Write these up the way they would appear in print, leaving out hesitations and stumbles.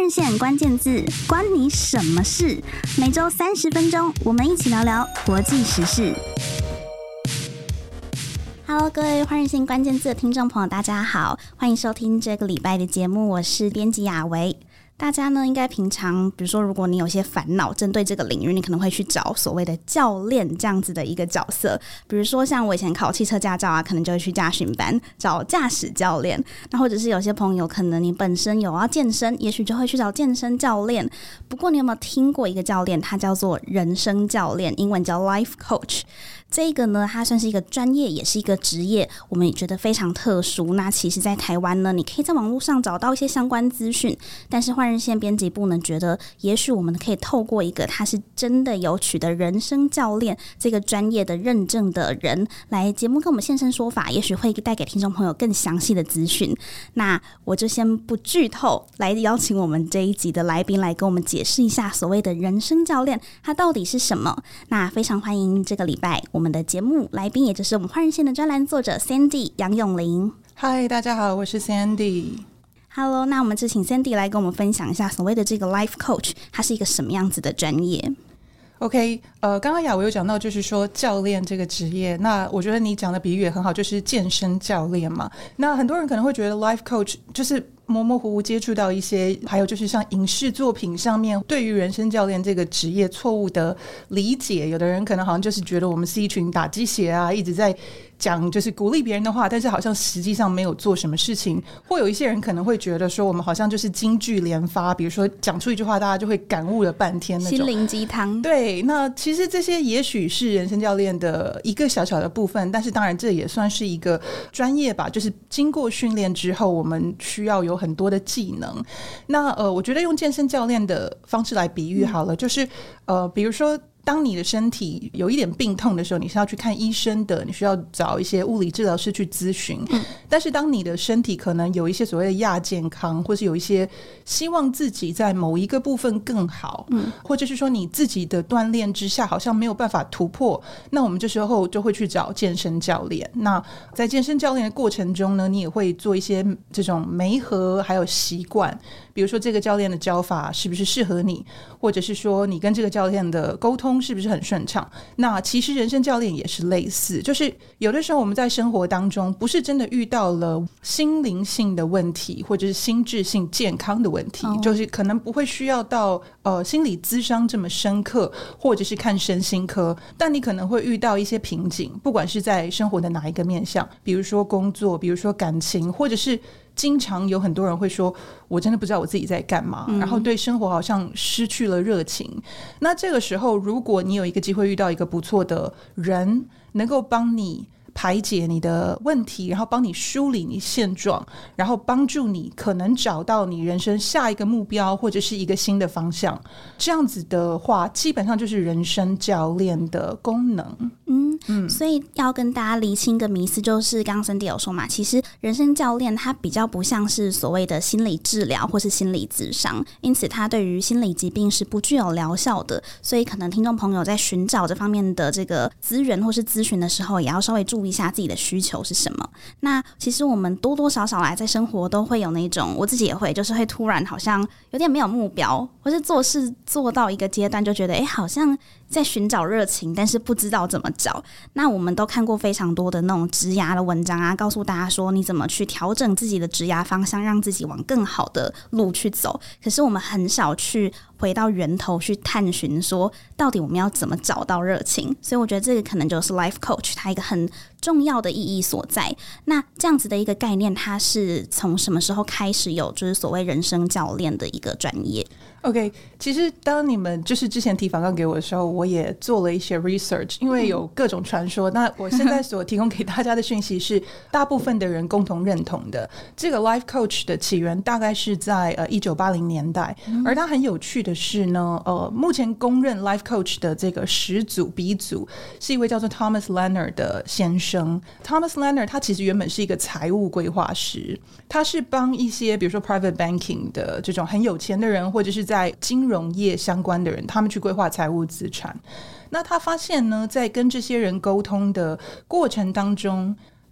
日线关键字，关你什么事？每周30分钟，我们一起聊聊国际时事。Hello， 各位换日线关键字的听众朋友，大家好，欢迎收听这个礼拜的节目，我是编辑雅维。大家呢，应该平常，比如说，如果你有些烦恼，针对这个领域，你可能会去找所谓的教练这样子的一个角色。比如说，像我以前考汽车驾照啊，可能就会去驾训班找驾驶教练。那或者是有些朋友，可能你本身有要健身，也许就会去找健身教练。不过，你有没有听过一个教练，他叫做人生教练，英文叫 Life Coach。这个呢，它算是一个专业，也是一个职业，我们也觉得非常特殊。那其实在台湾呢，你可以在网络上找到一些相关资讯，但是换日线编辑部呢觉得，也许我们可以透过一个他是真的有取得人生教练这个专业的认证的人来节目跟我们现身说法，也许会带给听众朋友更详细的资讯。那我就先不剧透，来邀请我们这一集的来宾来跟我们解释一下所谓的人生教练它到底是什么。那非常欢迎这个礼拜我们的节目来宾，也就是我们换日线的专栏作者 Sandy 杨永玲。 嗨，大家好，我是 Sandy。Hello， 那我们就请 Sandy 来跟我们分享一下所谓的这个 Life Coach， 它是一个什么样子的专业 ？OK， 刚刚雅维有讲到，就是说教练这个职业，那我觉得你讲的比喻也很好，就是健身教练嘛。那很多人可能会觉得 Life Coach 就是模模糊糊接触到一些，还有就是像影视作品上面对于人生教练这个职业错误的理解，有的人可能好像就是觉得我们是一群打鸡血啊，一直在讲就是鼓励别人的话，但是好像实际上没有做什么事情。或有一些人可能会觉得说我们好像就是金句连发，比如说讲出一句话大家就会感悟了半天那种心灵鸡汤。 对，那其实这些也许是人生教练的一个小小的部分，但是当然这也算是一个专业吧，就是经过训练之后我们需要有很多的技能。那我觉得用健身教练的方式来比喻好了，就是比如说当你的身体有一点病痛的时候，你是要去看医生的，你需要找一些物理治疗师去咨询。但是当你的身体可能有一些所谓的亚健康，或是有一些希望自己在某一个部分更好，或者是说你自己的锻炼之下好像没有办法突破，那我们这时候就会去找健身教练。那在健身教练的过程中呢，你也会做一些这种媒合还有习惯，比如说这个教练的教法是不是适合你，或者是说你跟这个教练的沟通是不是很顺畅。那其实人生教练也是类似，就是有的时候我们在生活当中不是真的遇到了心灵性的问题，或者是心智性健康的问题，就是可能不会需要到心理咨商这么深刻，或者是看身心科，但你可能会遇到一些瓶颈，不管是在生活的哪一个面向，比如说工作，比如说感情，或者是经常有很多人会说我真的不知道我自己在干嘛，然后对生活好像失去了热情。那这个时候如果你有一个机会遇到一个不错的人，能够帮你排解你的问题，然后帮你梳理你现状，然后帮助你可能找到你人生下一个目标或者是一个新的方向，这样子的话基本上就是人生教练的功能。 所以要跟大家厘清一个迷思，就是刚刚 Sandy 有说嘛，其实人生教练他比较不像是所谓的心理治疗或是心理咨商，因此他对于心理疾病是不具有疗效的。所以可能听众朋友在寻找这方面的这个资源或是咨询的时候，也要稍微注意一下自己的需求是什么。那其实我们多多少少来在生活都会有那种，我自己也会，就是会突然好像有点没有目标，或是做事做到一个阶段就觉得好像在寻找热情，但是不知道怎么找。那我们都看过非常多的那种职涯的文章啊，告诉大家说你怎么去调整自己的职涯方向，让自己往更好的路去走。可是我们很少去回到源头去探寻说到底我们要怎么找到热情。所以我觉得这个可能就是 Life Coach 它一个很重要的意义所在。那这样子的一个概念，它是从什么时候开始有就是所谓人生教练的一个专业 ？OK， 其实当你们就是之前提访纲给我的时候，我也做了一些 research， 因为有各种传说。那我现在所提供给大家的讯息是大部分的人共同认同的。这个 Life Coach 的起源大概是在1980年代，而它很有趣的是呢，目前公认 Life Coach 的这个始祖鼻祖是一位叫做 Thomas Leonard 的先生。Thomas Leonard 他其实原本是一个财务规划师，他是帮一些比如说 private banking 的这种很有钱的人，或者是在金融业相关的人，他们去规划财务资产。那他发现呢，在跟这些人沟通的过程当中，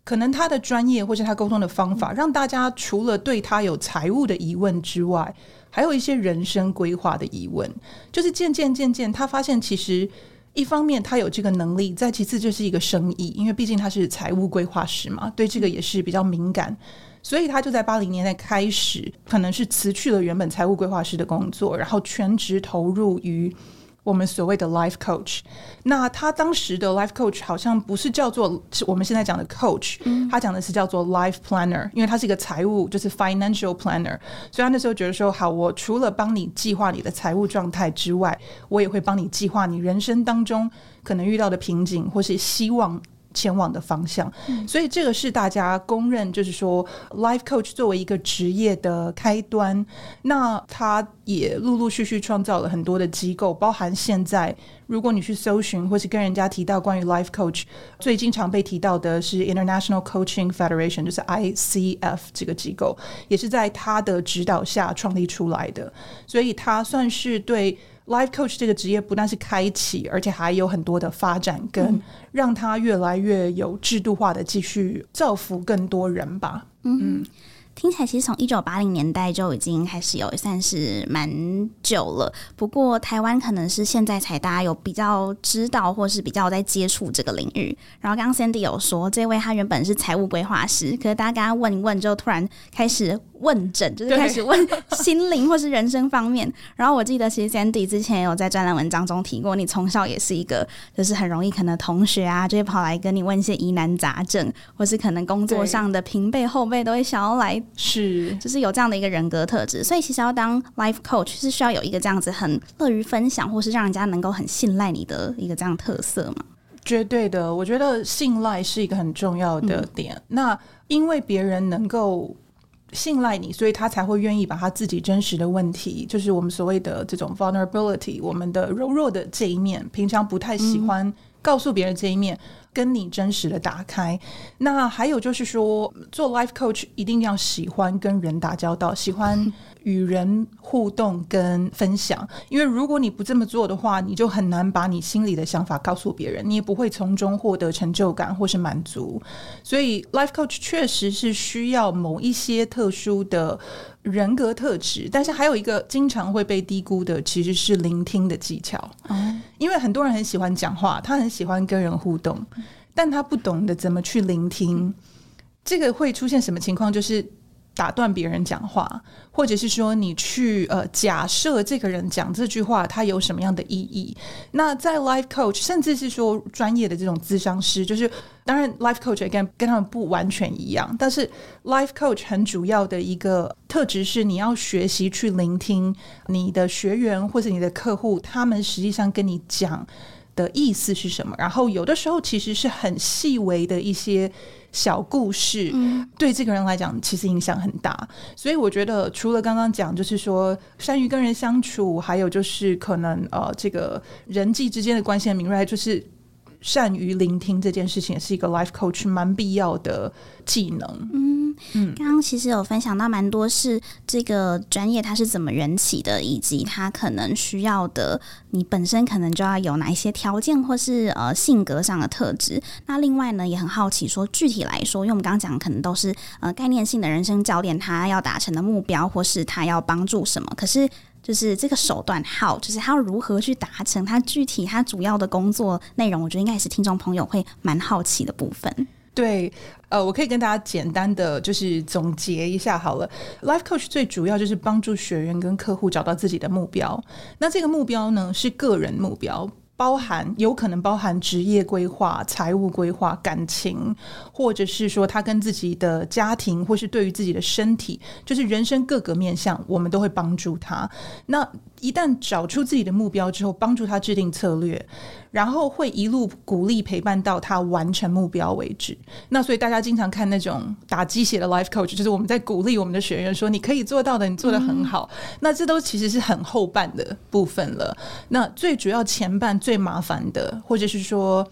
可能他的专业或是他沟通的方法，让大家除了对他有财务的疑问之外，还有一些人生规划的疑问。就是渐渐他发现其实一方面他有这个能力，再其次就是一个生意，因为毕竟他是财务规划师嘛，对这个也是比较敏感，所以他就在80年代开始可能是辞去了原本财务规划师的工作，然后全职投入于我们所谓的 life coach。 那他当时的 life coach 好像不是叫做我们现在讲的 coach，他讲的是叫做 life planner， 因为他是一个财务就是 financial planner， 所以他那时候觉得说，好，我除了帮你计划你的财务状态之外，我也会帮你计划你人生当中可能遇到的瓶颈或是希望前往的方向。所以这个是大家公认，就是说 life coach 作为一个职业的开端。那他也陆陆续续创造了很多的机构，包含现在如果你去搜寻或是跟人家提到关于 life coach， 最经常被提到的是 International Coaching Federation， 就是 ICF 这个机构，也是在他的指导下创立出来的。所以他算是对Life Coach 这个职业不但是开启，而且还有很多的发展，跟让它越来越有制度化的继续造福更多人吧。 听起来其实从1980年代就已经开始有，算是蛮久了。不过台湾可能是现在才大家有比较知道，或是比较在接触这个领域。然后刚刚 Sandy 有说，这位他原本是财务规划师，可是大家跟他问一问，就突然开始问诊，就是开始问心灵或是人生方面。然后我记得其实 Sandy 之前有在专栏文章中提过，你从小也是一个就是很容易可能同学啊就会跑来跟你问一些疑难杂症，或是可能工作上的平辈后辈都会想要来， 是就是有这样的一个人格特质。所以其实要当 life coach 是需要有一个这样子很乐于分享，或是让人家能够很信赖你的一个这样特色嘛。 绝对的，我觉得信赖是一个很重要的点。那因为别人能够信赖你，所以他才会愿意把他自己真实的问题，就是我们所谓的这种 vulnerability， 我们的柔弱的这一面，平常不太喜欢告诉别人这一面，跟你真实的打开。那还有就是说，做 life coach 一定要喜欢跟人打交道，喜欢与人互动跟分享，因为如果你不这么做的话，你就很难把你心里的想法告诉别人，你也不会从中获得成就感或是满足。所以 life coach 确实是需要某一些特殊的人格特质，但是还有一个经常会被低估的其实是聆听的技巧。因为很多人很喜欢讲话，他很喜欢跟人互动，但他不懂得怎么去聆听。这个会出现什么情况？就是打断别人讲话，或者是说你去假设这个人讲这句话他有什么样的意义。那在 life coach 甚至是说专业的这种咨商师，就是当然 life coach 跟他们不完全一样，但是 life coach 很主要的一个特质是你要学习去聆听你的学员或者你的客户，他们实际上跟你讲的意思是什么，然后有的时候其实是很细微的一些小故事，对这个人来讲其实影响很大。所以我觉得除了刚刚讲就是说善于跟人相处，还有就是可能这个人际之间的关系的敏锐，就是善于聆听这件事情也是一个 life coach 蛮必要的技能。 刚刚其实有分享到蛮多是这个专业它是怎么缘起的，以及它可能需要的你本身可能就要有哪一些条件或是性格上的特质。那另外呢也很好奇说具体来说，因为我们刚刚讲可能都是概念性的人生教练他要达成的目标，或是他要帮助什么，可是就是这个手段 how， 就是他要如何去达成，他具体他主要的工作内容，我觉得应该也是听众朋友会蛮好奇的部分。 对，我可以跟大家简单的就是总结一下好了。Life Coach 最主要就是帮助学员跟客户找到自己的目标。那这个目标呢是个人目标，有可能包含职业规划、财务规划、感情，或者是说他跟自己的家庭，或是对于自己的身体，就是人生各个面向，我们都会帮助他。那一旦找出自己的目标之后，帮助他制定策略，然后会一路鼓励陪伴到他完成目标为止。那所以大家经常看那种打鸡血的 life coach， 就是我们在鼓励我们的学员说你可以做到的，你做得很好，那这都其实是很后半的部分了。那最主要前半最麻烦的，或者是说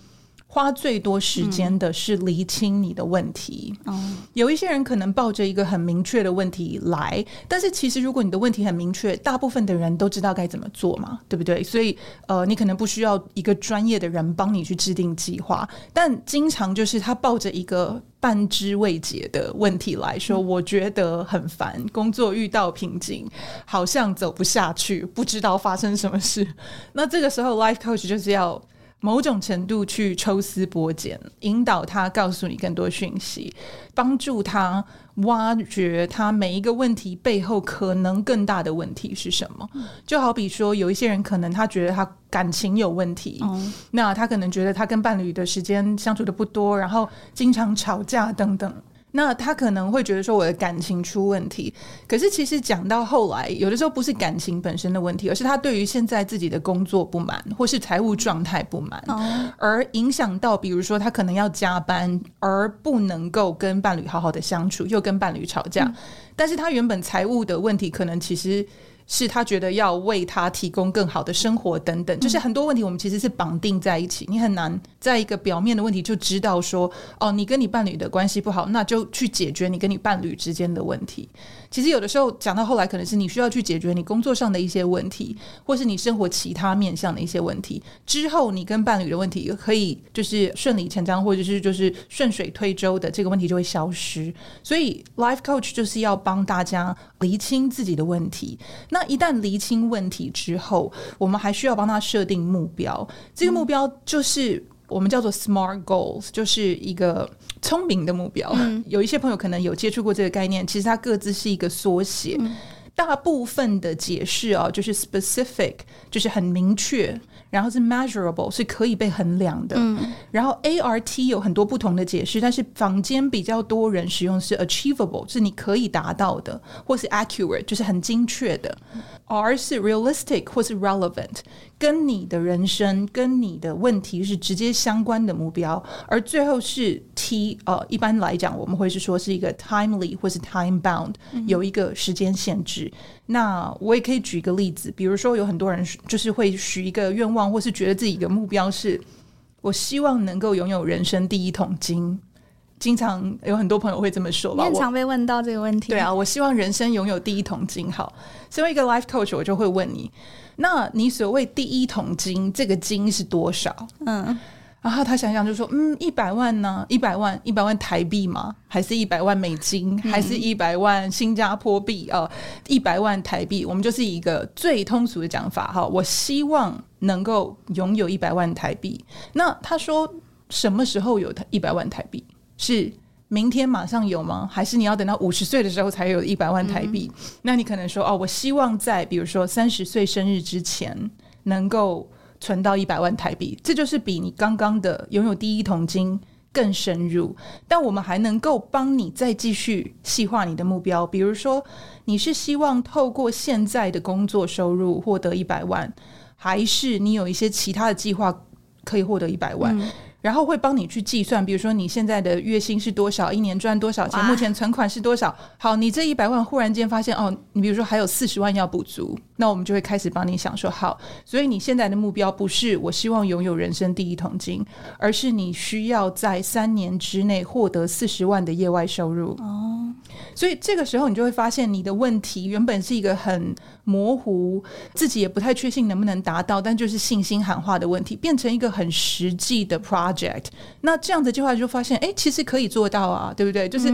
花最多时间的是厘清你的问题。有一些人可能抱着一个很明确的问题来，但是其实如果你的问题很明确，大部分的人都知道该怎么做嘛，对不对？所以你可能不需要一个专业的人帮你去制定计划，但经常就是他抱着一个半知未解的问题来说，我觉得很烦，工作遇到瓶颈，好像走不下去，不知道发生什么事。那这个时候 Life Coach 就是要某种程度去抽丝剥茧，引导他告诉你更多讯息，帮助他挖掘他每一个问题背后可能更大的问题是什么。就好比说有一些人可能他觉得他感情有问题，那他可能觉得他跟伴侣的时间相处的不多，然后经常吵架等等，那他可能会觉得说我的感情出问题，可是其实讲到后来，有的时候不是感情本身的问题，而是他对于现在自己的工作不满，或是财务状态不满，而影响到比如说他可能要加班，而不能够跟伴侣好好的相处，又跟伴侣吵架，但是他原本财务的问题可能其实是他觉得要为他提供更好的生活等等，就是很多问题我们其实是绑定在一起，你很难在一个表面的问题就知道说你跟你伴侣的关系不好，那就去解决你跟你伴侣之间的问题。其实有的时候讲到后来可能是你需要去解决你工作上的一些问题，或是你生活其他面向的一些问题，之后你跟伴侣的问题可以就是顺理成章，或者是就是顺水推舟的，这个问题就会消失。所以 Life Coach 就是要帮大家厘清自己的问题，那一旦厘清问题之后，我们还需要帮他设定目标，这个目标就是我们叫做 SMART Goals， 就是一个聪明的目标。有一些朋友可能有接触过这个概念，其实它各自是一个缩写。大部分的解释就是 specific， 就是很明确，然后是 measurable， 是可以被衡量的。然后 ART 有很多不同的解释，但是坊间比较多人使用是 achievable， 是你可以达到的，或是 accurate， 就是很精确的。R 是 realistic 或是 relevant， 跟你的人生跟你的问题是直接相关的目标。而最后是 T， 一般来讲我们会是说是一个 timely 或是 time bound， 有一个时间限制。那我也可以举一个例子，比如说有很多人就是会许一个愿望，或是觉得自己一个目标是我希望能够拥有人生第一桶金。经常有很多朋友会这么说吧， 你很常被问到这个问题。 对啊，我希望人生拥有第一桶金。好，身为一个 life coach， 我就会问你，那你所谓第一桶金，这个金是多少？然后他想想就说，100万呢？100万台币吗？还是100万美金？还是100万新加坡币？100万台币，我们就是一个最通俗的讲法哈。我希望能够拥有100万台币。那他说什么时候有100万台币？是明天马上有吗？还是你要等到50岁的时候才有100万台币？那你可能说我希望在比如说30岁生日之前能够存到100万台币，这就是比你刚刚的拥有第一桶金更深入。但我们还能够帮你再继续细化你的目标，比如说你是希望透过现在的工作收入获得100万，还是你有一些其他的计划可以获得100万？然后会帮你去计算，比如说你现在的月薪是多少，一年赚多少钱，目前存款是多少。好，你这100万忽然间发现你比如说还有40万要补足，那我们就会开始帮你想说，好，所以你现在的目标不是我希望拥有人生第一桶金，而是你需要在3年之内获得40万的业外收入。所以这个时候你就会发现你的问题原本是一个很模糊，自己也不太确信能不能达到，但就是信心喊话的问题，变成一个很实际的 project。那这样子计划就发现其实可以做到啊，对不对？就是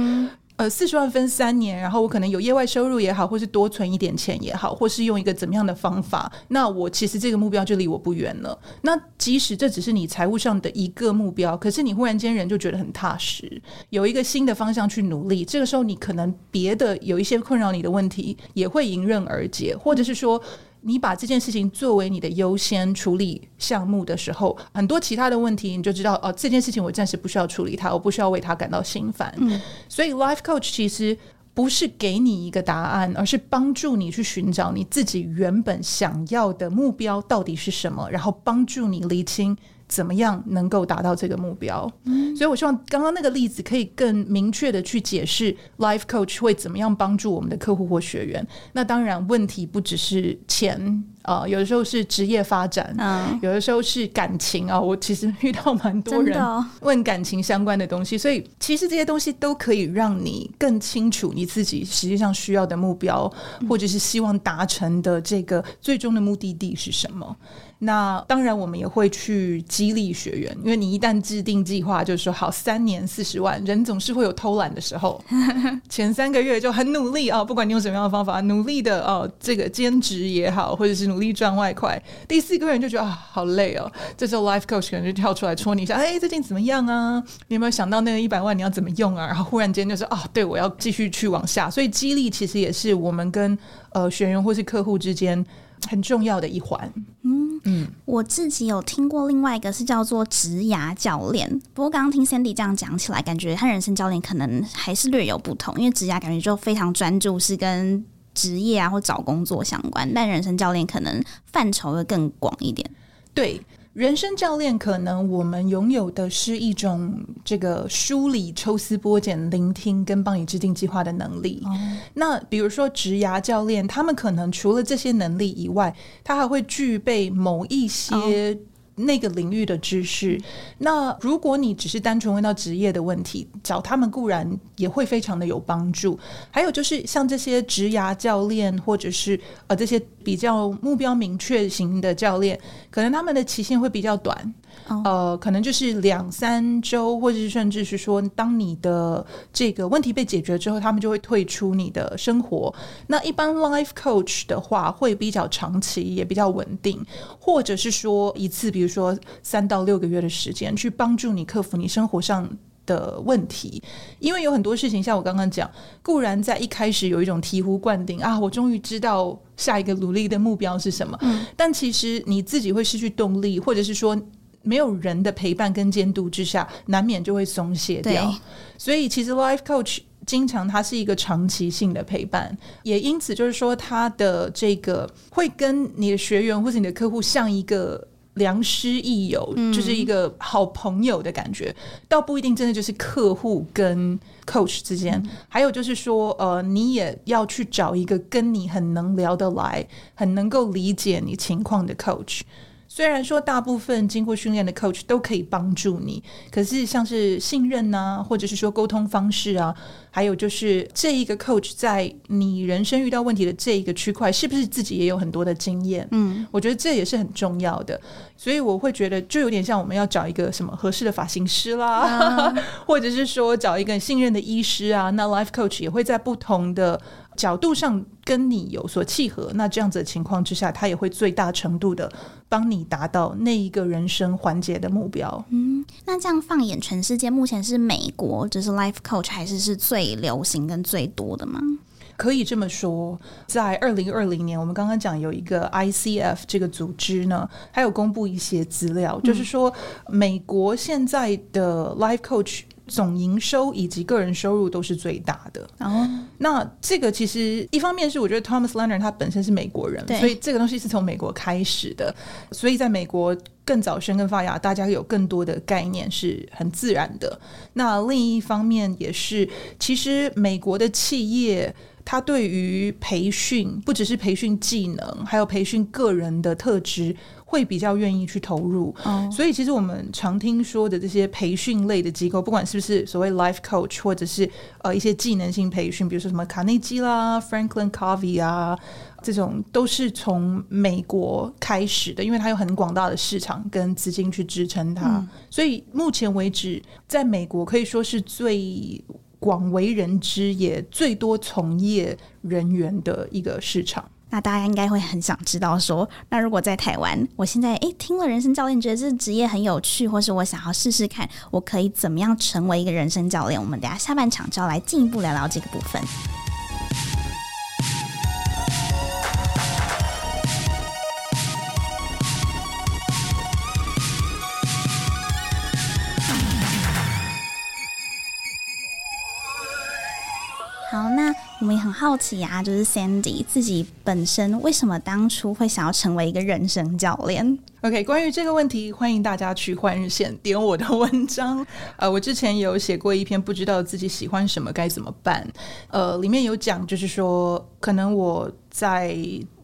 40万分3年，然后我可能有业外收入也好，或是多存一点钱也好，或是用一个怎么样的方法，那我其实这个目标就离我不远了。那即使这只是你财务上的一个目标，可是你忽然间人就觉得很踏实，有一个新的方向去努力，这个时候你可能别的有一些困扰你的问题也会迎刃而解，或者是说你把这件事情作为你的优先处理项目的时候，很多其他的问题你就知道这件事情我暂时不需要处理它，我不需要为它感到心烦。所以 Life Coach 其实不是给你一个答案，而是帮助你去寻找你自己原本想要的目标到底是什么，然后帮助你厘清怎么样能够达到这个目标。所以我希望刚刚那个例子可以更明确的去解释 Life Coach 会怎么样帮助我们的客户或学员。那当然问题不只是钱有的时候是职业发展，有的时候是感情啊。我其实遇到蛮多人问感情相关的东西，所以其实这些东西都可以让你更清楚你自己实际上需要的目标，或者是希望达成的这个最终的目的地是什么。那当然我们也会去激励学员，因为你一旦制定计划，就是说好3年40万，人总是会有偷懒的时候前3个月就很努力不管你用什么样的方法努力的这个兼职也好，或者是努力赚外快，第4个月就觉得好累这时候 life coach 可能就跳出来戳你一下，最近怎么样啊，你有没有想到那个100万你要怎么用啊，然后忽然间就说对，我要继续去往下。所以激励其实也是我们跟学员或是客户之间很重要的一环。 我自己有听过另外一个是叫做职涯教练，不过刚刚听 Sandy 这样讲起来，感觉和人生教练可能还是略有不同，因为职涯感觉就非常专注，是跟职业啊或找工作相关，但人生教练可能范畴会更广一点。 对，人生教练可能我们拥有的是一种这个梳理、抽丝剥茧、聆听跟帮你制定计划的能力。那比如说职涯教练，他们可能除了这些能力以外，他还会具备某一些那个领域的知识。那如果你只是单纯问到职业的问题，找他们固然也会非常的有帮助。还有就是像这些职涯教练，或者是这些比较目标明确型的教练，可能他们的期限会比较短，可能就是2-3周，或者是甚至是说当你的这个问题被解决之后，他们就会退出你的生活。那一般 life coach 的话会比较长期，也比较稳定，或者是说一次比如说3到6个月的时间去帮助你克服你生活上的问题。因为有很多事情像我刚刚讲，固然在一开始有一种醍醐灌顶我终于知道下一个努力的目标是什么，但其实你自己会失去动力，或者是说没有人的陪伴跟监督之下，难免就会松懈掉。所以其实 life coach 经常它是一个长期性的陪伴，也因此就是说他的这个会跟你的学员或者你的客户像一个良师益友，就是一个好朋友的感觉，倒不一定真的就是客户跟 coach 之间。还有就是说你也要去找一个跟你很能聊得来，很能够理解你情况的 coach。虽然说大部分经过训练的 coach 都可以帮助你，可是像是信任啊，或者是说沟通方式啊，还有就是这一个 coach 在你人生遇到问题的这一个区块是不是自己也有很多的经验，我觉得这也是很重要的。所以我会觉得就有点像我们要找一个什么合适的发型师啦，或者是说找一个信任的医师啊，那 life coach 也会在不同的角度上跟你有所契合，那这样子的情况之下，他也会最大程度的帮你达到那一个人生环节的目标。 那这样放眼全世界，目前是美国就是 life coach 还是最流行跟最多的吗？ 可以这么说，在2020年我们刚刚讲有一个 ICF 这个组织呢，还有公布一些资料，就是说美国现在的 life coach总营收以及个人收入都是最大的。那这个其实一方面是我觉得 Thomas Leonard 他本身是美国人，所以这个东西是从美国开始的，所以在美国更早生根发芽，大家有更多的概念是很自然的。那另一方面也是，其实美国的企业他对于培训，不只是培训技能，还有培训个人的特质，会比较愿意去投入。所以其实我们常听说的这些培训类的机构，不管是不是所谓 life coach 或者是一些技能性培训，比如说什么卡内基啦、Franklin Covey 啊，这种都是从美国开始的，因为它有很广大的市场跟资金去支撑它。所以目前为止在美国可以说是最广为人知也最多从业人员的一个市场。 那大家应该会很想知道说，那如果在台湾，我现在听了人生教练觉得这个职业很有趣，或是我想要试试看我可以怎么样成为一个人生教练，我们等一下下半场就要来进一步聊聊这个部分。好，那我们也很好奇啊，就是 Sandy 自己本身为什么当初会想要成为一个人生教练？ OK， 关于这个问题，欢迎大家去换日线点我的文章。我之前有写过一篇不知道自己喜欢什么该怎么办，里面有讲就是说可能我在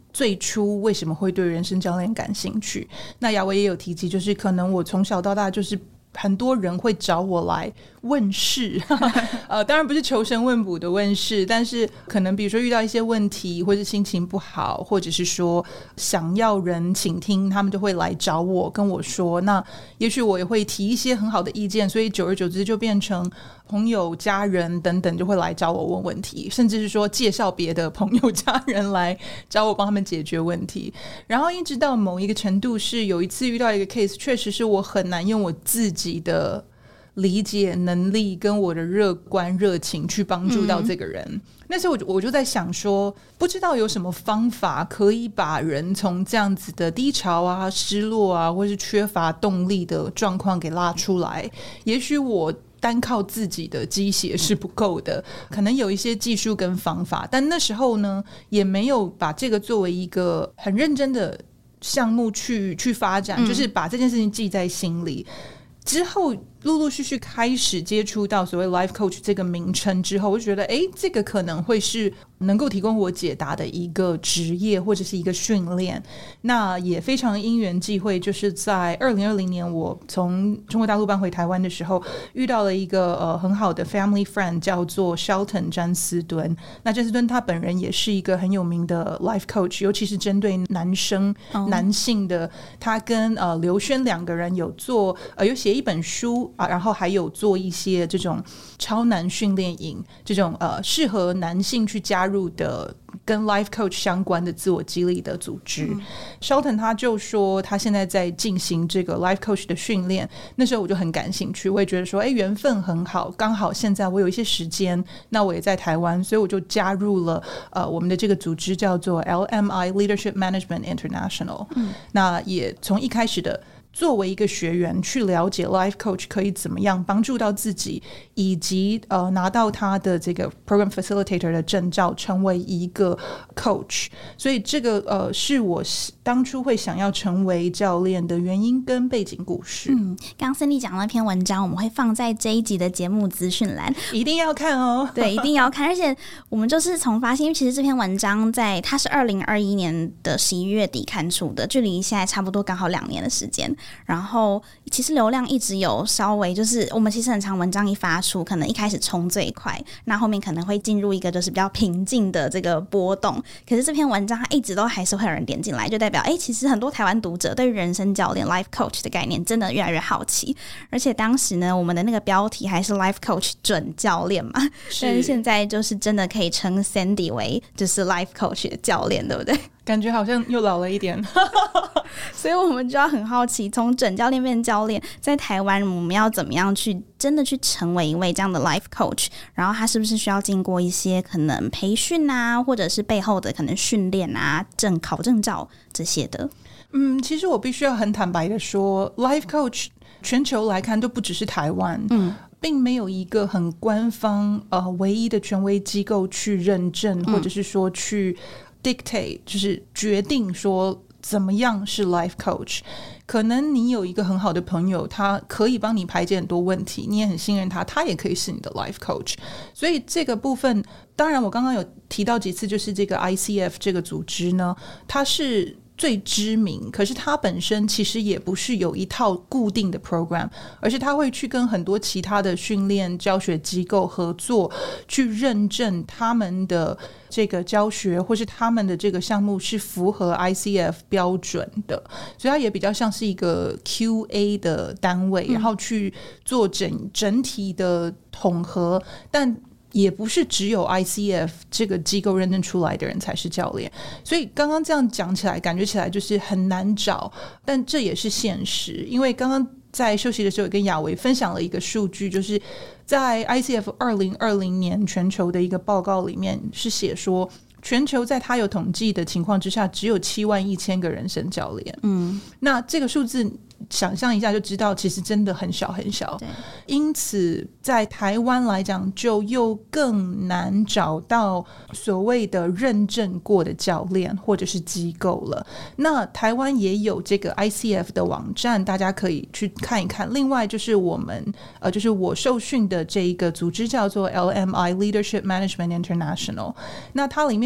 最初为什么会对人生教练感兴趣。那雅维也有提及，就是可能我从小到大就是很多人会找我来问事当然不是求神问卜的问事，但是可能比如说遇到一些问题，或是心情不好，或者是说想要人倾听，他们就会来找我跟我说，那也许我也会提一些很好的意见，所以久而久之就变成朋友家人等等就会来找我问问题，甚至是说介绍别的朋友家人来找我帮他们解决问题。然后一直到某一个程度，是有一次遇到一个 case， 确实是我很难用我自己的理解能力跟我的乐观热情去帮助到这个人。那时候我就在想说，不知道有什么方法可以把人从这样子的低潮啊、失落啊，或是缺乏动力的状况给拉出来。也许我单靠自己的鸡血是不够的，可能有一些技术跟方法，但那时候呢也没有把这个作为一个很认真的项目去发展，就是把这件事情记在心里。之后陆陆续续开始接触到所谓 life coach 这个名称之后，我就觉得这个可能会是能够提供我解答的一个职业或者是一个训练。那也非常因缘际会，就是在2020年我从中国大陆搬回台湾的时候，遇到了一个很好的 family friend， 叫做 Shelton 詹斯敦。那詹斯敦他本人也是一个很有名的 life coach， 尤其是针对男生男性的。他跟刘轩两个人有做有写一本书然后还有做一些这种超男训练营，这种适合男性去加入的跟 life coach 相关的自我激励的组织。Shelton 他就说他现在在进行这个 life coach 的训练，那时候我就很感兴趣，我也觉得说缘分很好，刚好现在我有一些时间，那我也在台湾，所以我就加入了我们的这个组织叫做 LMI Leadership Management International。那也从一开始的作为一个学员去了解 life coach 可以怎么样帮助到自己，以及拿到他的这个 program facilitator 的证照，成为一个 coach。 所以这个是我当初会想要成为教练的原因跟背景故事。 刚刚 Cindy 讲了一篇文章，我们会放在这一集的节目资讯栏， 一定要看哦。 对，一定要看。而且我们就是从发现，因为其实这篇文章它是2021年的11月底刊出的，距离现在差不多刚好2年的时间。然后其实流量一直有稍微，就是我们其实很常文章一发出，可能一开始冲最快，那后面可能会进入一个就是比较平静的这个波动。可是这篇文章它一直都还是会有人点进来，就代表其实很多台湾读者对于人生教练 life coach 的概念真的越来越好奇。而且当时呢，我们的那个标题还是 life coach 准教练嘛，但是现在就是真的可以称 Cindy 为就是 life coach 的教练，对不对？ 感觉好像又老了一点所以我们就要很好奇，从准教练变教练，在台湾我们要怎么样去真的去成为一位这样的 life coach， 然后他是不是需要经过一些可能培训啊，或者是背后的可能训练啊、考证照这些的。 其实我必须要很坦白的说， life coach 全球来看都不只是台湾，并没有一个很官方唯一的权威机构去认证，或者是说去dictate， 就是决定说怎么样是 life coach。 可能你有一个很好的朋友，他可以帮你排解很多问题，你也很信任他，他也可以是你的 life coach。 所以这个部分，当然我刚刚有提到几次，就是这个 ICF 这个组织呢，它是最知名，可是它本身其实也不是有一套固定的 program， 而是它会去跟很多其他的训练教学机构合作，去认证他们的这个教学或是他们的这个项目是符合 ICF 标准的，所以它也比较像是一个 QA 的单位，然后去做整体的统合，但也不是只有 ICF 这个机构认证出来的人才是教练。所以刚刚这样讲起来，感觉起来就是很难找，但这也是现实。因为刚刚在休息的时候，跟雅维分享了一个数据，就是在 ICF 2020年全球的一个报告里面是写说，全球在他有统计的情况之下，只有71000个人生教练。那这个数字想象一下就知道，其实真的很小很小。因此在台湾来讲，就又更难找到所谓的认证过的教练或者是机构了。那台湾也有这个 ICF 的网站，大家可以去看一看。另外就是我们就是我受训的这一个组织叫做 LMI Leadership Management International， 那它里面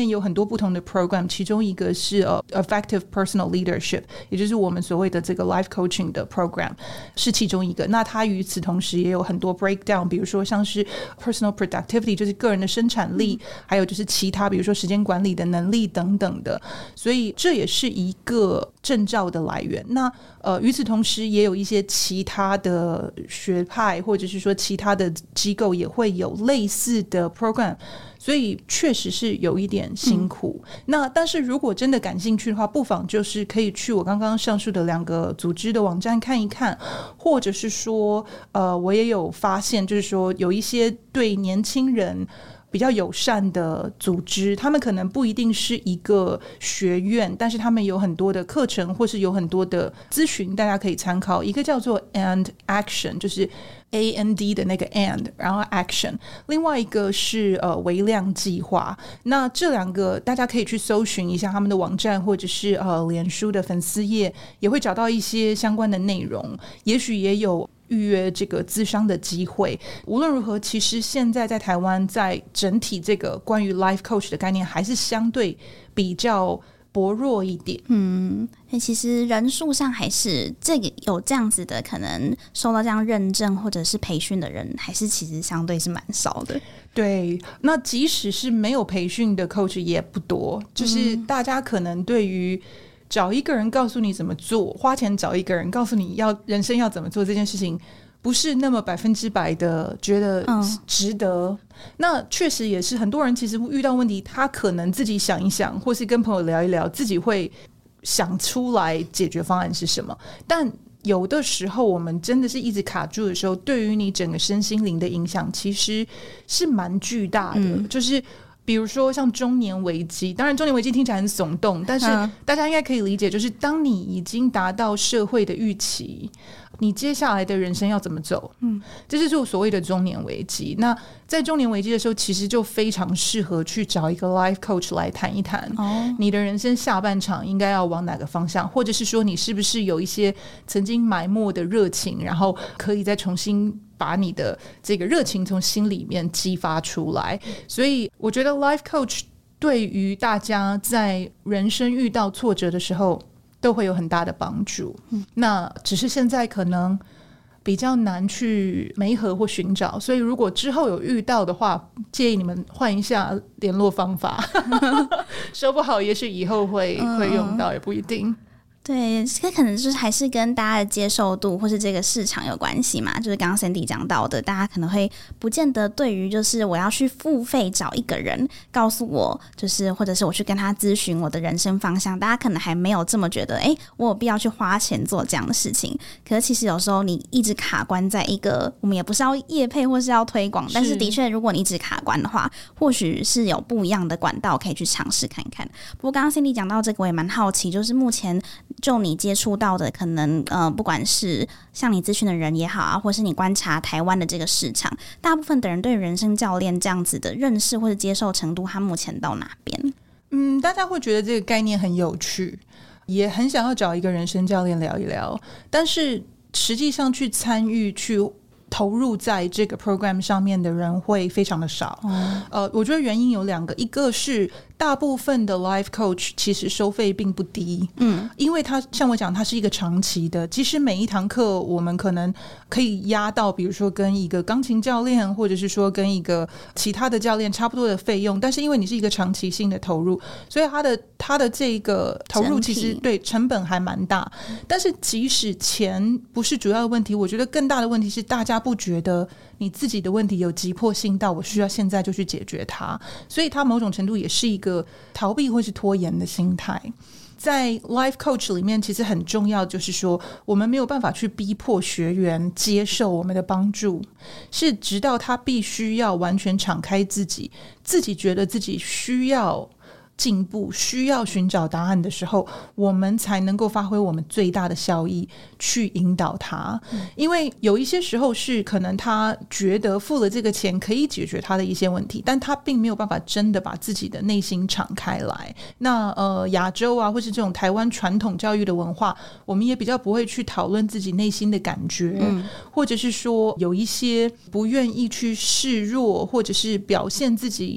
面有很多不同的 program， 其中一个是effective personal leadership， 也就是我们所谓的这个 life coaching 的 program 是其中一个。那它与此同时也有很多 breakdown， 比如说像是 personal productivity， 就是个人的生产力，还有就是其他比如说时间管理的能力等等的，所以这也是一个证照的来源。那与此同时也有一些其他的学派或者是说其他的机构也会有类似的 program， 所以确实是有一点辛苦。那但是如果真的感兴趣的话，不妨就是可以去我刚刚上述的2个组织的网站看一看，或者是说我也有发现就是说有一些对年轻人比较友善的组织，他们可能不一定是一个学院，但是他们有很多的课程或是有很多的咨询大家可以参考。一个叫做 And Action， 就是 AND 的那个 And， 然后 Action， 另外一个是微量计划。那这2个大家可以去搜寻一下他们的网站或者是脸书的粉丝页，也会找到一些相关的内容，也许也有预约这个咨商的机会。无论如何，其实现在在台湾在整体这个关于 life coach 的概念还是相对比较薄弱一点。 其实人数上还是这个有这样子的可能受到这样认证或者是培训的人还是其实相对是蛮少的。 对，那即使是没有培训的 coach 也不多，就是大家可能对于找一个人告诉你怎么做，花钱找一个人告诉你人生要怎么做这件事情，不是那么100%的觉得值得。那确实也是很多人其实遇到问题，他可能自己想一想，或是跟朋友聊一聊，自己会想出来解决方案是什么。但有的时候我们真的是一直卡住的时候，对于你整个身心灵的影响其实是蛮巨大的。就是比如说像中年危机，当然中年危机听起来很耸动，但是大家应该可以理解，就是当你已经达到社会的预期，你接下来的人生要怎么走，这就是所谓的中年危机。那在中年危机的时候，其实就非常适合去找一个 life coach 来谈一谈，你的人生下半场应该要往哪个方向，或者是说你是不是有一些曾经埋没的热情，然后可以再重新把你的这个热情从心里面激发出来。所以我觉得 life coach 对于大家在人生遇到挫折的时候都会有很大的帮助。那只是现在可能比较难去媒合或寻找，所以如果之后有遇到的话，建议你们换一下联络方法说不好也许以后会用到，也不一定。 对，这可能就是还是跟大家的接受度或是这个市场有关系嘛。就是刚刚 Sandy 讲到的，大家可能会不见得对于就是我要去付费找一个人告诉我，就是或者是我去跟他咨询我的人生方向，大家可能还没有这么觉得我有必要去花钱做这样的事情。可是其实有时候你一直卡关在一个，我们也不是要业配或是要推广，但是的确如果你一直卡关的话，或许是有不一样的管道可以去尝试看看。不过刚刚 Sandy 讲到这个我也蛮好奇，就是目前就你接触到的可能不管是向你咨询的人也好啊，或是你观察台湾的这个市场，大部分的人对人生教练这样子的认识或者接受程度，他目前到哪边？ 大家会觉得这个概念很有趣，也很想要找一个人生教练聊一聊，但是实际上去参与去投入在这个 program 上面的人会非常的少。我觉得原因有2个，一个是大部分的 life coach 其实收费并不低，因为它像我讲，它是一个长期的，即使每一堂课我们可能可以压到比如说跟一个钢琴教练或者是说跟一个其他的教练差不多的费用，但是因为你是一个长期性的投入，所以它的这个投入其实对成本还蛮大。但是即使钱不是主要的问题，我觉得更大的问题是大家不觉得你自己的问题有急迫性到我需要现在就去解决它，所以它某种程度也是一个逃避或是拖延的心态。在 life coach 里面其实很重要，就是说我们没有办法去逼迫学员接受我们的帮助，是直到他必须要完全敞开自己觉得自己需要进步，需要寻找答案的时候，我们才能够发挥我们最大的效益去引导他。因为有一些时候是可能他觉得付了这个钱可以解决他的一些问题，但他并没有办法真的把自己的内心敞开来。那亚洲啊，或是这种台湾传统教育的文化，我们也比较不会去讨论自己内心的感觉，或者是说有一些不愿意去示弱，或者是表现自己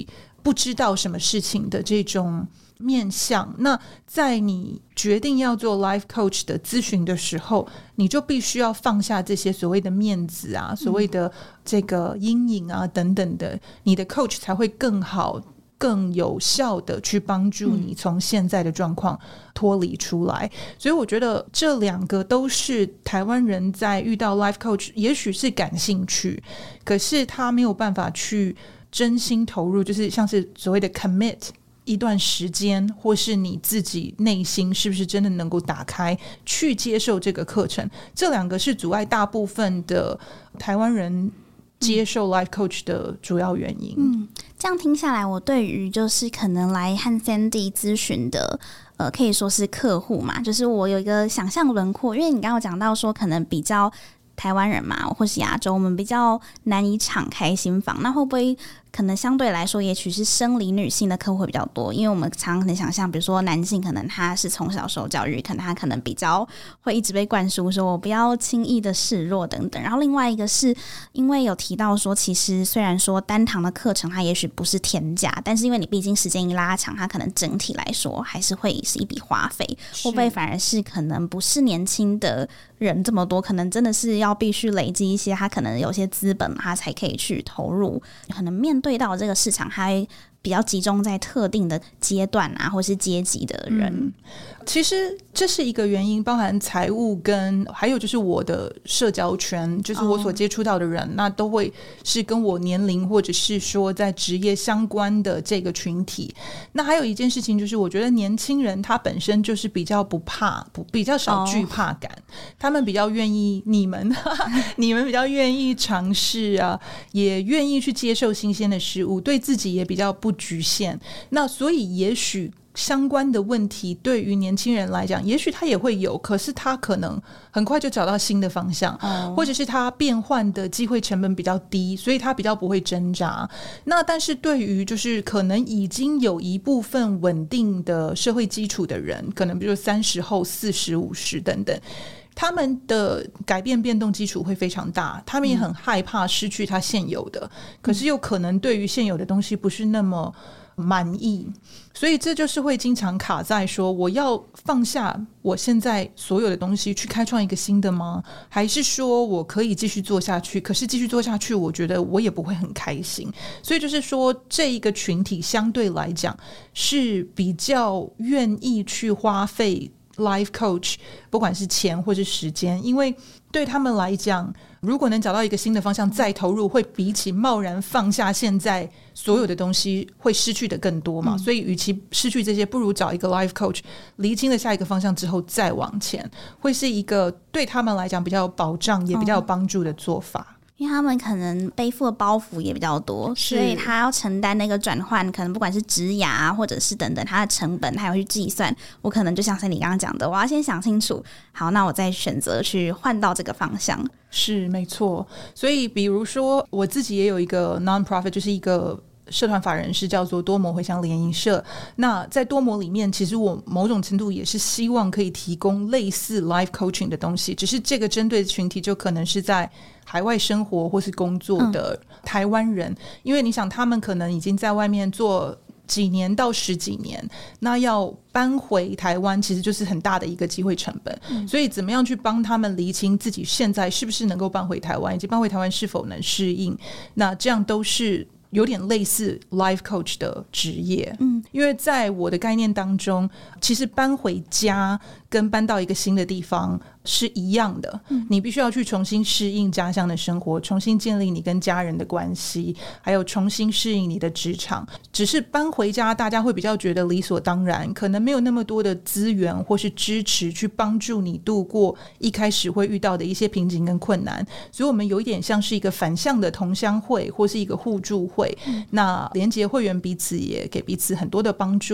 不知道什么事情的这种面向。那在你决定要做 life coach 的咨询的时候，你就必须要放下这些所谓的面子啊，所谓的这个阴影啊等等的，你的 coach 才会更好更有效的去帮助你从现在的状况脱离出来。所以我觉得这两个都是台湾人在遇到 life coach 也许是感兴趣，可是他没有办法去真心投入，就是像是所谓的 commit一段时间，或是你自己内心是不是真的能够打开去接受这个课程，这两个是阻碍大部分的台湾人接受 life coach 的主要原因。 这样听下来，我对于就是可能来和 Sandy 咨询的可以说是客户嘛，就是我有一个想象轮廓，因为你刚刚讲到说可能比较台湾人嘛，或是亚洲，我们比较难以敞开心房，那会不会可能相对来说也许是生理女性的客户会比较多？因为我们常常可能想象，比如说男性可能他是从小受教育，可能他可能比较会一直被灌输说我不要轻易的示弱等等。然后另外一个是因为有提到说，其实虽然说单堂的课程它也许不是天价，但是因为你毕竟时间一拉长，它可能整体来说还是会是一笔花费。会不会反而是可能不是年轻的人这么多，可能真的是要必须累积一些他可能有些资本，他才可以去投入，可能面对到这个市场还比较集中在特定的阶段啊，或是阶级的人。 其实这是一个原因，包含财务跟还有就是我的社交圈，就是我所接触到的人，那都会是跟我年龄或者是说在职业相关的这个群体。那还有一件事情就是，我觉得年轻人他本身就是比较不怕，比较少惧怕感，他们比较愿意你们比较愿意尝试啊，也愿意去接受新鲜的事物，对自己也比较不局限。那所以也许相关的问题对于年轻人来讲，也许他也会有，可是他可能很快就找到新的方向，或者是他变换的机会成本比较低，所以他比较不会挣扎。那但是对于就是可能已经有一部分稳定的社会基础的人，可能比如30后、40、50等等，他们的改变变动基础会非常大，他们也很害怕失去他现有的，可是又可能对于现有的东西不是那么满意，所以这就是会经常卡在说，我要放下我现在所有的东西去开创一个新的吗？还是说我可以继续做下去，可是继续做下去我觉得我也不会很开心。所以就是说这一个群体相对来讲是比较愿意去花费 life coach 不管是钱或是时间，因为对他们来讲，如果能找到一个新的方向再投入，会比起贸然放下现在所有的东西会失去的更多嘛。所以与其失去这些，不如找一个 life coach 厘清了下一个方向之后再往前，会是一个对他们来讲比较有保障也比较有帮助的做法。 因为他们可能背负的包袱也比较多，所以他要承担那个转换，可能不管是职涯或者是等等，他的成本他要去计算。我可能就像是你刚刚讲的，我要先想清楚，好，那我再选择去换到这个方向。 是没错。所以比如说我自己也有一个 non-profit， 就是一个社团法人是叫做多摩回乡联谊社。那在多摩里面，其实我某种程度也是希望可以提供类似 life coaching 的东西，只是这个针对的群体就可能是在海外生活或是工作的台湾人，因为你想他们可能已经在外面做几年到10几年，那要搬回台湾其实就是很大的一个机会成本，所以怎么样去帮他们厘清自己现在是不是能够搬回台湾，以及搬回台湾是否能适应，那这样都是有点类似 life coach 的职业。因为在我的概念当中，其实搬回家跟搬到一个新的地方是一样的，你必须要去重新适应家乡的生活，重新建立你跟家人的关系，还有重新适应你的职场。只是搬回家大家会比较觉得理所当然，可能没有那么多的资源或是支持去帮助你度过一开始会遇到的一些瓶颈跟困难，所以我们有一点像是一个反向的同乡会或是一个互助会，那连结会员彼此也给彼此很多的帮助。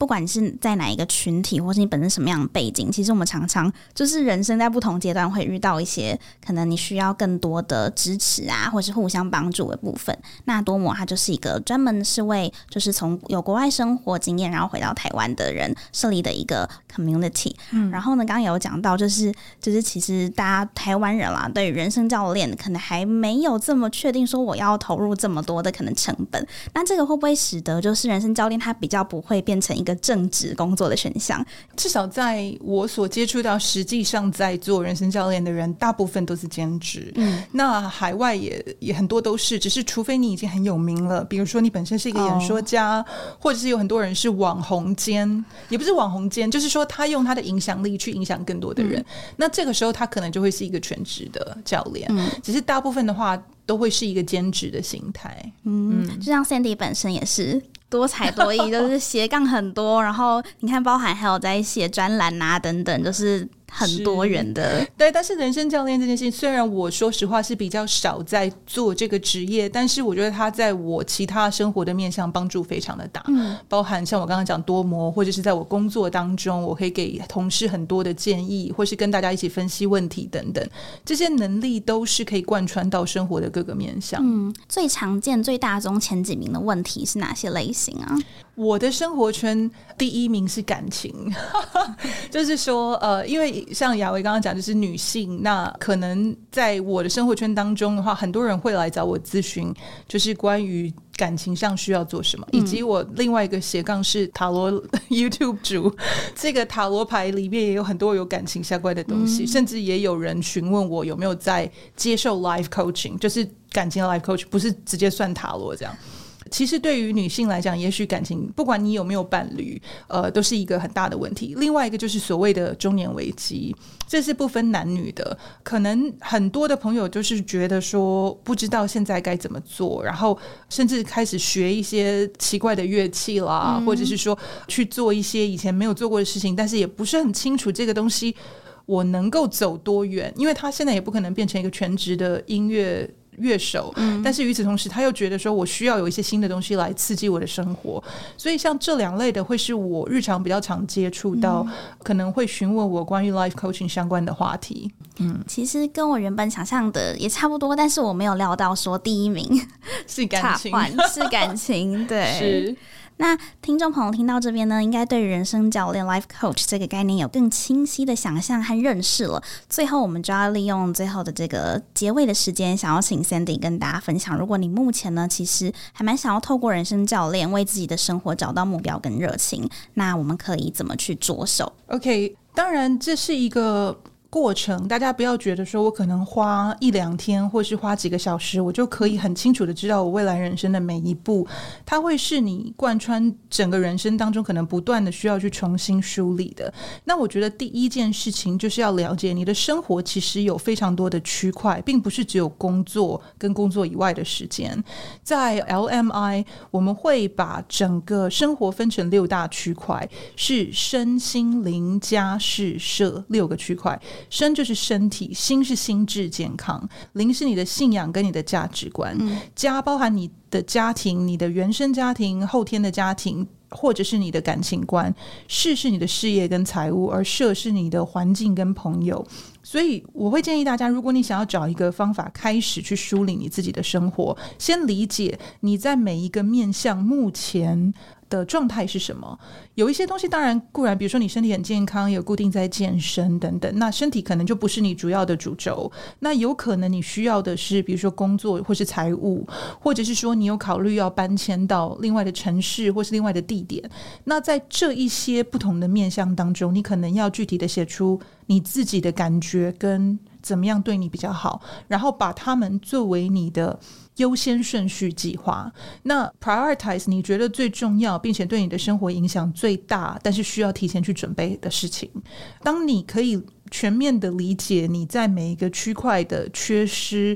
不管你是在哪一个群体，或是你本身什么样的背景，其实我们常常就是人生在不同阶段会遇到一些可能你需要更多的支持啊，或是互相帮助的部分。那多摩它就是一个专门是为就是从有国外生活经验然后回到台湾的人设立的一个 community。然后呢，刚刚有讲到就是其实大家台湾人啦，对于人生教练可能还没有这么确定说我要投入这么多的可能成本。那这个会不会使得就是人生教练他比较不会变成一个正职工作的选项？ 至少在我所接触到实际上在做人生教练的人大部分都是兼职。那海外也很多都是，只是除非你已经很有名了，比如说你本身是一个演说家，或者是有很多人是网红兼，也不是网红兼，就是说他用他的影响力去影响更多的人。那这个时候他可能就会是一个全职的教练。只是大部分的话都会是一个兼职的形态。 就像 Sandy 本身也是多才多艺，就是斜杠很多，然后你看包含还有在写专栏啊等等，就是很多元的。 对，但是人生教练这件事情，虽然我说实话是比较少在做这个职业，但是我觉得他在我其他生活的面向帮助非常的大。包含像我刚刚讲多摩，或者是在我工作当中我可以给同事很多的建议，或是跟大家一起分析问题等等，这些能力都是可以贯穿到生活的各个面向。 最常见最大宗前几名的问题是哪些类型啊？ 我的生活圈第一名是感情就是说因为像雅维刚刚讲就是女性，那可能在我的生活圈当中的话，很多人会来找我咨询，就是关于感情上需要做什么，以及我另外一个斜杠是塔罗 YouTube 主，这个塔罗牌里面也有很多有感情相关的东西，甚至也有人询问我有没有在接受 life coaching， 就是感情的 life coaching， 不是直接算塔罗这样。其实对于女性来讲，也许感情不管你有没有伴侣都是一个很大的问题。另外一个就是所谓的中年危机，这是不分男女的。可能很多的朋友就是觉得说不知道现在该怎么做，然后甚至开始学一些奇怪的乐器啦，或者是说去做一些以前没有做过的事情，但是也不是很清楚这个东西我能够走多远，因为他现在也不可能变成一个全职的音乐手，但是与此同时他又觉得说我需要有一些新的东西来刺激我的生活，所以像这两类的会是我日常比较常接触到，可能会询问我关于 life coaching 相关的话题。 其实跟我原本想象的也差不多，但是我没有料到说第一名是感情是感情对， 是。 那听众朋友听到这边呢，应该对人生教练 life coach 这个概念有更清晰的想象和认识了。最后我们就要利用最后的这个结尾的时间，想要请 Sandy 跟大家分享，如果你目前呢其实还蛮想要透过人生教练为自己的生活找到目标跟热情，那我们可以怎么去着手？ OK， 当然这是一个过程，大家不要觉得说我可能花一两天或是花几个小时我就可以很清楚的知道我未来人生的每一步，它会是你贯穿整个人生当中可能不断的需要去重新梳理的。那我觉得第一件事情就是要了解你的生活其实有非常多的区块，并不是只有工作跟工作以外的时间。在 LMI 我们会把整个生活分成6大区块，是身心灵家事社6个区块。身就是身体，心是心智健康，灵是你的信仰跟你的价值观，家包含你的家庭，你的原生家庭，后天的家庭，或者是你的感情观，事是你的事业跟财务，而社是你的环境跟朋友。所以我会建议大家，如果你想要找一个方法开始去梳理你自己的生活，先理解你在每一个面向目前的状态是什么。有一些东西当然固然比如说你身体很健康，有固定在健身等等，那身体可能就不是你主要的主轴，那有可能你需要的是比如说工作或是财务，或者是说你有考虑要搬迁到另外的城市或是另外的地点。那在这一些不同的面向当中，你可能要具体的写出你自己的感觉跟怎么样对你比较好，然后把它们作为你的优先顺序计划。那 prioritize 你觉得最重要并且对你的生活影响最大但是需要提前去准备的事情。当你可以全面的理解你在每一个区块的缺失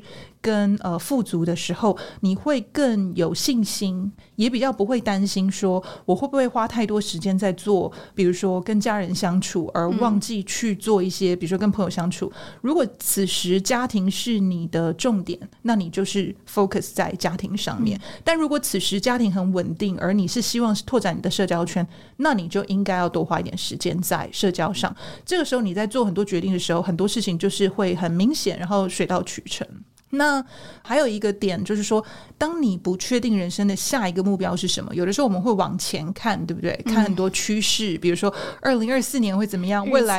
跟富足的时候，你会更有信心，也比较不会担心说我会不会花太多时间在做比如说跟家人相处而忘记去做一些比如说跟朋友相处。如果此时家庭是你的重点，那你就是 focus 在家庭上面，但如果此时家庭很稳定，而你是希望是拓展你的社交圈，那你就应该要多花一点时间在社交上。这个时候你在做很多决定的时候，很多事情就是会很明显，然后水到渠成。那还有一个点就是说，当你不确定人生的下一个目标是什么，有的时候我们会往前看，对不对？看很多趋势，比如说2024年会怎么样，未来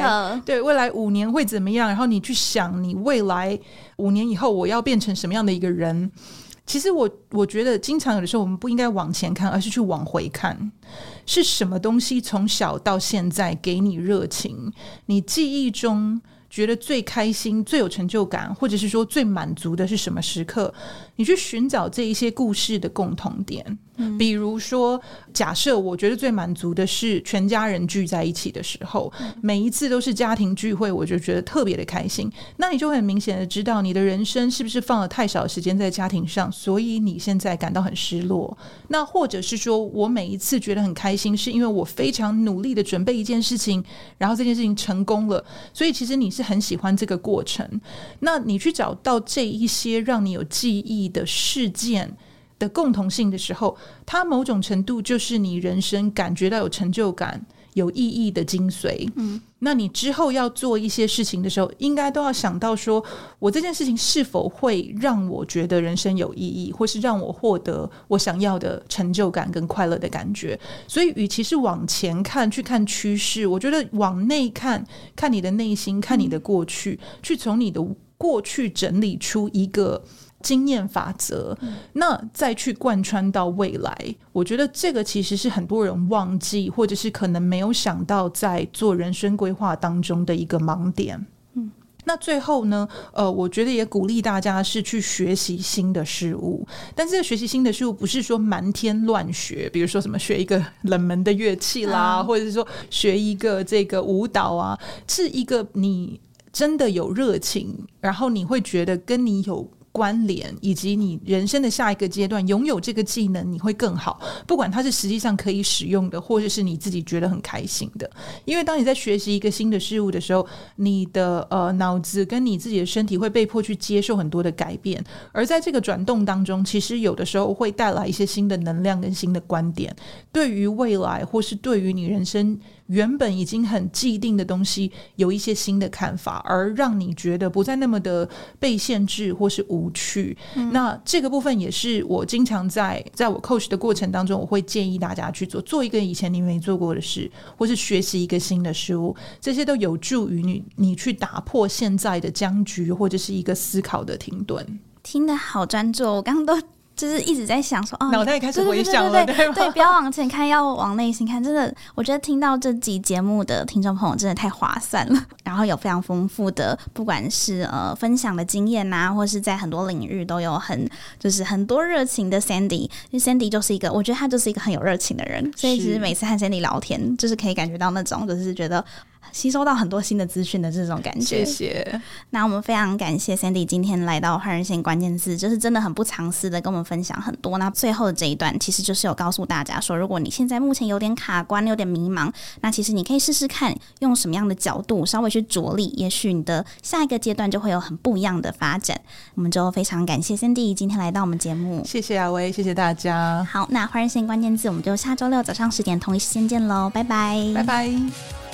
5年会怎么样，然后你去想你未来5年以后我要变成什么样的一个人。其实我觉得经常有的时候我们不应该往前看，而是去往回看，是什么东西从小到现在给你热情，你记忆中觉得最开心最有成就感，或者是说最满足的是什么时刻，你去寻找这一些故事的共同点。比如说假设我觉得最满足的是全家人聚在一起的时候，每一次都是家庭聚会，我就觉得特别的开心，那你就很明显的知道你的人生是不是放了太少时间在家庭上，所以你现在感到很失落。那或者是说我每一次觉得很开心是因为我非常努力的准备一件事情，然后这件事情成功了，所以其实你是很喜欢这个过程。那你去找到这一些让你有记忆的事件的共同性的时候，它某种程度就是你人生感觉到有成就感有意义的精髓。那你之后要做一些事情的时候，应该都要想到说我这件事情是否会让我觉得人生有意义，或是让我获得我想要的成就感跟快乐的感觉。所以与其是往前看去看趋势，我觉得往内看，看你的内心，看你的过去，去从你的过去整理出一个经验法则，那再去贯穿到未来。我觉得这个其实是很多人忘记，或者是可能没有想到在做人生规划当中的一个盲点。那最后呢，我觉得也鼓励大家是去学习新的事物，但是学习新的事物不是说满天乱学，比如说什么学一个冷门的乐器啦，或者是说学一个这个舞蹈啊，是一个你真的有热情，然后你会觉得跟你有关联，以及你人生的下一个阶段拥有这个技能你会更好，不管它是实际上可以使用的，或者是你自己觉得很开心的。因为当你在学习一个新的事物的时候，你的脑子跟你自己的身体会被迫去接受很多的改变，而在这个转动当中，其实有的时候会带来一些新的能量跟新的观点，对于未来或是对于你人生原本已经很既定的东西有一些新的看法，而让你觉得不再那么的被限制或是无趣。那这个部分也是我经常在我 coach 的过程当中，我会建议大家去做一个以前你没做过的事，或是学习一个新的事物，这些都有助于你去打破现在的僵局，或者是一个思考的停顿。 听得好专注，我刚刚都就是一直在想说， 脑袋开始回想了， 对，不要往前看，要往内心看。真的，我觉得听到这集节目的听众朋友真的太划算了。然后有非常丰富的，不管是分享的经验啊，或是在很多领域都有就是很多热情的 Sandy。因为 Sandy 就是一个，我觉得他就是一个很有热情的人，所以其实每次和 Sandy 聊天，就是可以感觉到那种，就是觉得吸收到很多新的资讯的这种感觉。 谢谢。 那我们非常感谢 Sandy 今天来到换人线关键字，就是真的很不藏私的跟我们分享很多。那最后的这一段其实就是有告诉大家说，如果你现在目前有点卡关有点迷茫，那其实你可以试试看用什么样的角度稍微去着力，也许你的下一个阶段就会有很不一样的发展。我们就非常感谢 Sandy 今天来到我们节目。 谢谢阿威，谢谢大家。 好，那换人线关键字我们就下周六早上10点同一时间见咯，拜拜。 拜拜。